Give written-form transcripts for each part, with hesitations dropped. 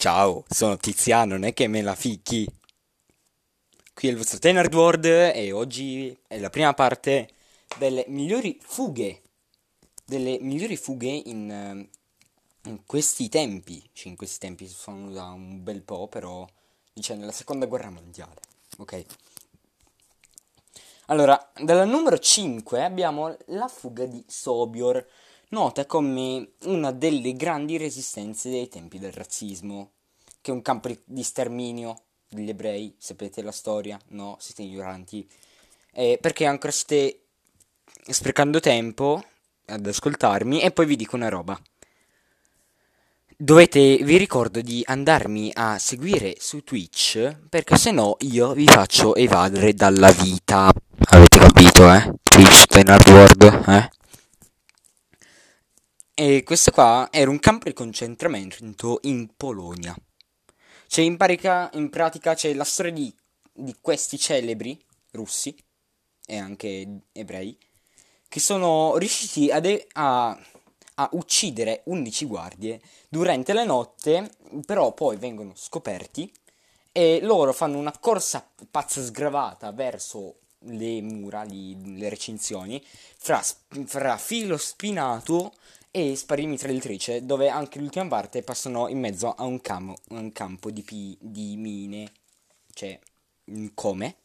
Ciao, sono Tiziano, non è che me la ficchi. Qui è il vostro Tenard World e oggi è la prima parte delle migliori fughe. Delle migliori fughe in questi tempi. Cioè, in questi tempi sono da un bel po', però diciamo nella seconda guerra mondiale. Ok. Allora, dalla numero 5 abbiamo la fuga di Sobior, nota come una delle grandi resistenze dei tempi del razzismo, che è un campo di sterminio degli ebrei. Sapete la storia? No, siete ignoranti. Perché ancora state sprecando tempo ad ascoltarmi e poi vi dico una roba. Vi ricordo di andarmi a seguire su Twitch, perché se no io vi faccio evadere dalla vita. Avete capito, eh? Twitch, Tenard World, eh? E questo qua era un campo di concentramento in Polonia. Cioè, in pratica c'è la storia di questi celebri russi e anche ebrei che sono riusciti a uccidere 11 guardie durante la notte, però poi vengono scoperti e loro fanno una corsa pazza sgravata verso le mura, le recinzioni, fra filo spinato e spari mitragliatrice, dove anche l'ultima parte passano in mezzo a un campo di mine. Cioè, come?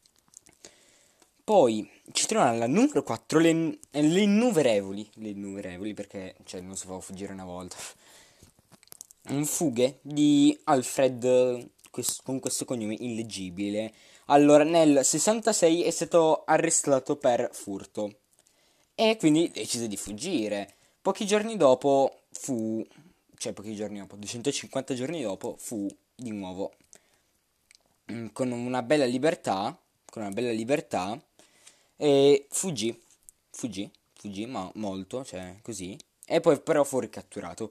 Poi ci troviamo alla numero 4, le innumerevoli. Le innumerevoli perché, cioè, non si può fuggire una volta. Un fughe di Alfred con questo cognome illeggibile. Allora, nel 66 è stato arrestato per furto e quindi decise di fuggire. Pochi giorni dopo, 250 giorni dopo, fu di nuovo con una bella libertà, e fuggì, ma molto, cioè così, e poi però fu ricatturato.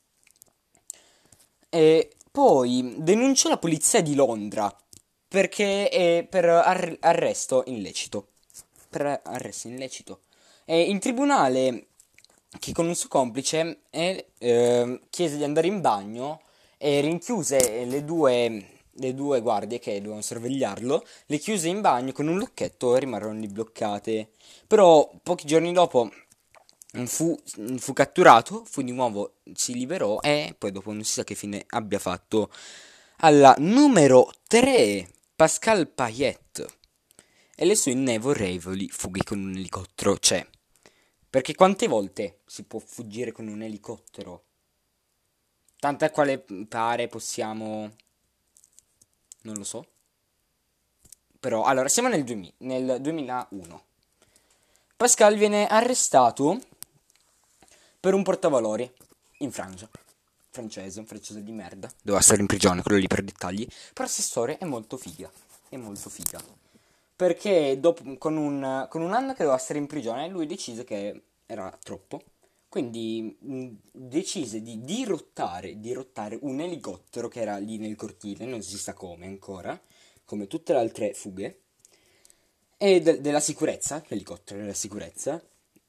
E poi denunciò la polizia di Londra perché è per arresto illecito. Per arresto illecito. E in tribunale, che con un suo complice chiese di andare in bagno e rinchiuse le due guardie che dovevano sorvegliarlo, le chiuse in bagno con un lucchetto e rimasero lì bloccate. Però pochi giorni dopo fu catturato, fu di nuovo, si liberò e poi dopo non si sa che fine abbia fatto. Alla numero 3, Pascal Payet e le sue innevorevoli fughe con un elicottero. Cioè, perché quante volte si può fuggire con un elicottero? Tanta quale pare possiamo... non lo so. Però, allora, siamo nel 2001. Pascal viene arrestato per un portavalori in Francia. Un francese di merda. Doveva stare in prigione, quello lì per dettagli. Però questa storia è molto figa. È molto figa. Perché dopo, con un anno che doveva stare in prigione, lui decise che era troppo. Quindi decise di dirottare un elicottero che era lì nel cortile, non si sa come ancora, come tutte le altre fughe, e della sicurezza, l'elicottero della sicurezza,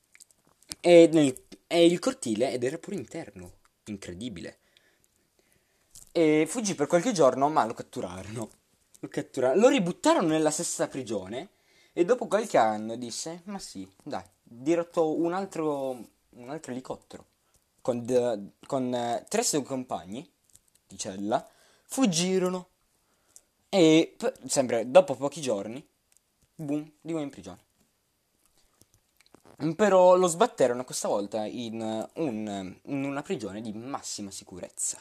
e il cortile ed era pure interno, incredibile. E fuggì per qualche giorno, ma lo catturarono. Lo ributtarono nella stessa prigione e dopo qualche anno disse, ma sì, dai, dirotto un altro elicottero con tre suoi compagni di cella, fuggirono e sempre dopo pochi giorni, boom, di nuovo in prigione. Però lo sbatterono questa volta in una prigione di massima sicurezza.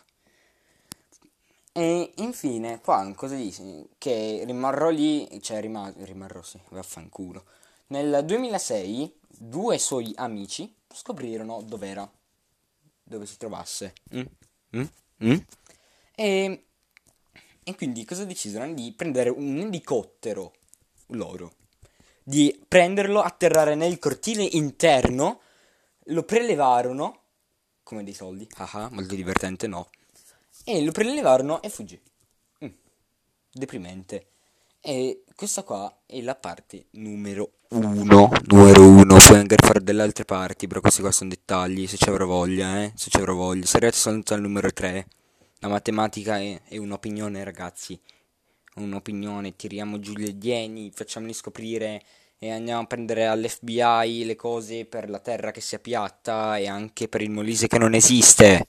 E infine, qua cosa dice? Che rimarrò lì, cioè rimarrò sì, vaffanculo. Nel 2006 due suoi amici scoprirono dove si trovasse. Mm? Mm? E, e quindi cosa decisero? Di prendere un elicottero loro, di prenderlo, atterrare nel cortile interno, lo prelevarono come dei soldi, haha, molto divertente, no? E lo prelevarono e fuggì. Deprimente. E questa qua è la parte numero uno. Numero uno. Puoi anche fare delle altre parti, però questi qua sono dettagli. Se ci avrò voglia, Se ci avrò voglia. Sarete soltanto al numero 3. La matematica è un'opinione, ragazzi. Un'opinione, tiriamo giù gli alieni, facciamoli scoprire e andiamo a prendere all'FBI le cose per la Terra che sia piatta e anche per il Molise che non esiste.